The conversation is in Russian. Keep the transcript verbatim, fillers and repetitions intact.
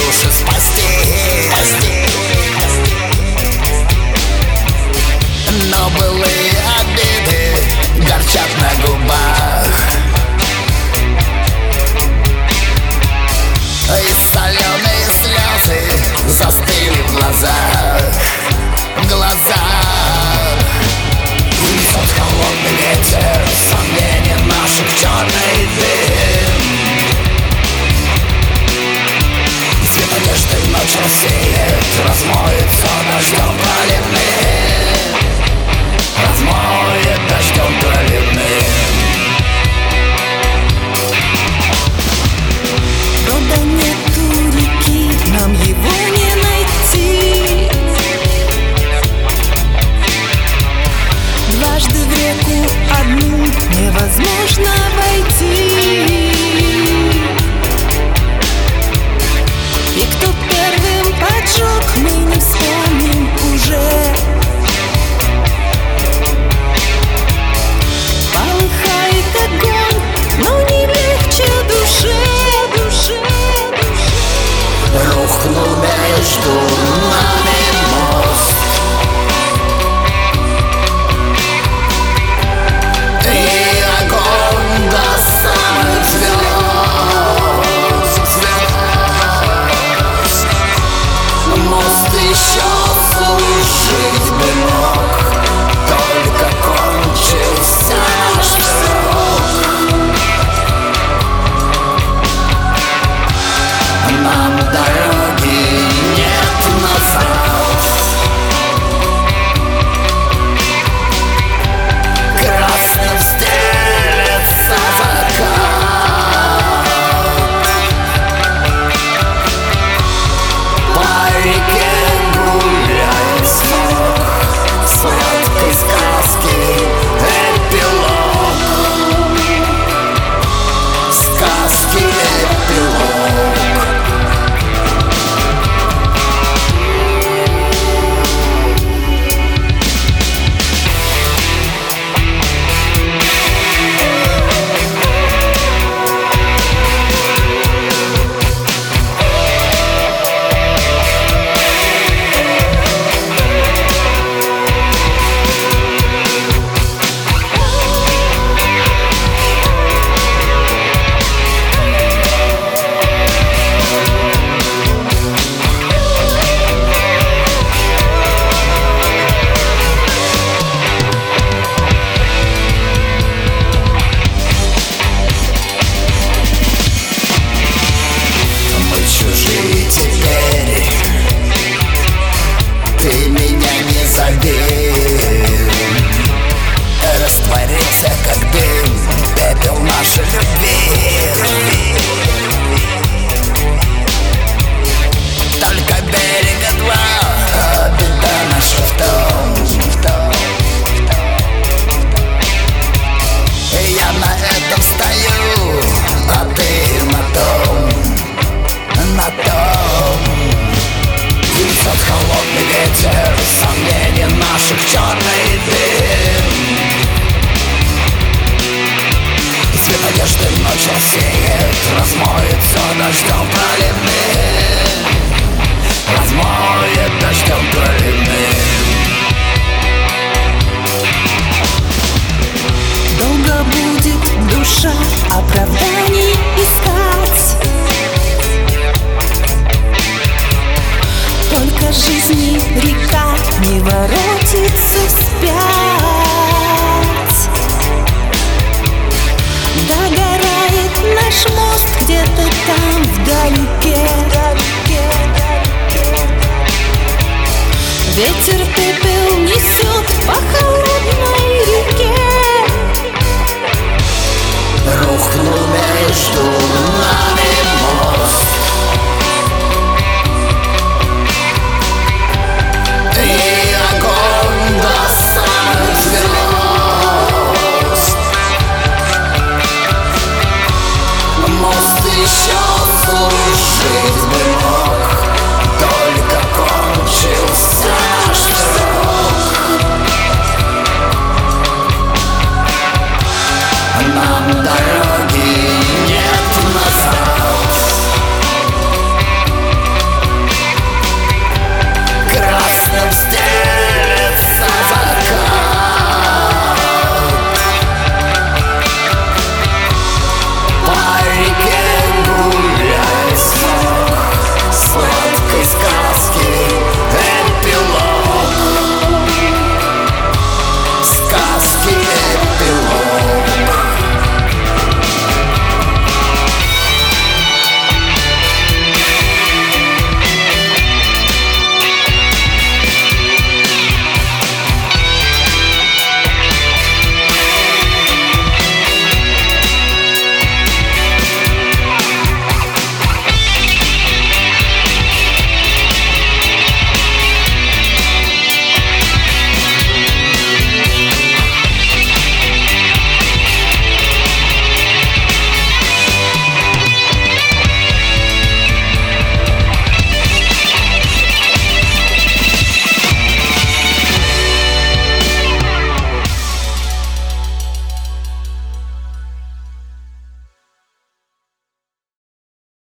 души спасти. Но былые обиды горчат на губах, и соленые слезы застыли в глазах, в глазах. Несет холодный ветер сомнений наших, черный дым. Свет надежды ночь рассеет, размоется дождем проливным, размоет дождем проливным. Рода нету реки, нам его не найти. Дважды в реку одну невозможно войти. И кто первым поджег, мы не вспомним уже. Полыхает огонь, но не легче душе. Рухнул между нами мост, и огонь до самых звезд, звезд. Мост еще служить бы мог, только кончился наш срок. Нам дороги нет назад, красным стелется закат. По реке гуляет смог, сладкой сказки эпилог, сказки эпилог. Теперь ты меня не забил, растворился как дым пепел нашей любви. Только берега два, беда наша в том. Я на этом стою, а ты на том, на том. Несет холодный ветер сомнений наших, черный дым. Свет надежды ночь рассеет, размоет все дождем проливным, размоет дождем проливным. Долго будет душа оправданий искать, только жизни река не воротится вспять. Догорает наш мост где-то там вдалеке. Ветер пепел несет по холму.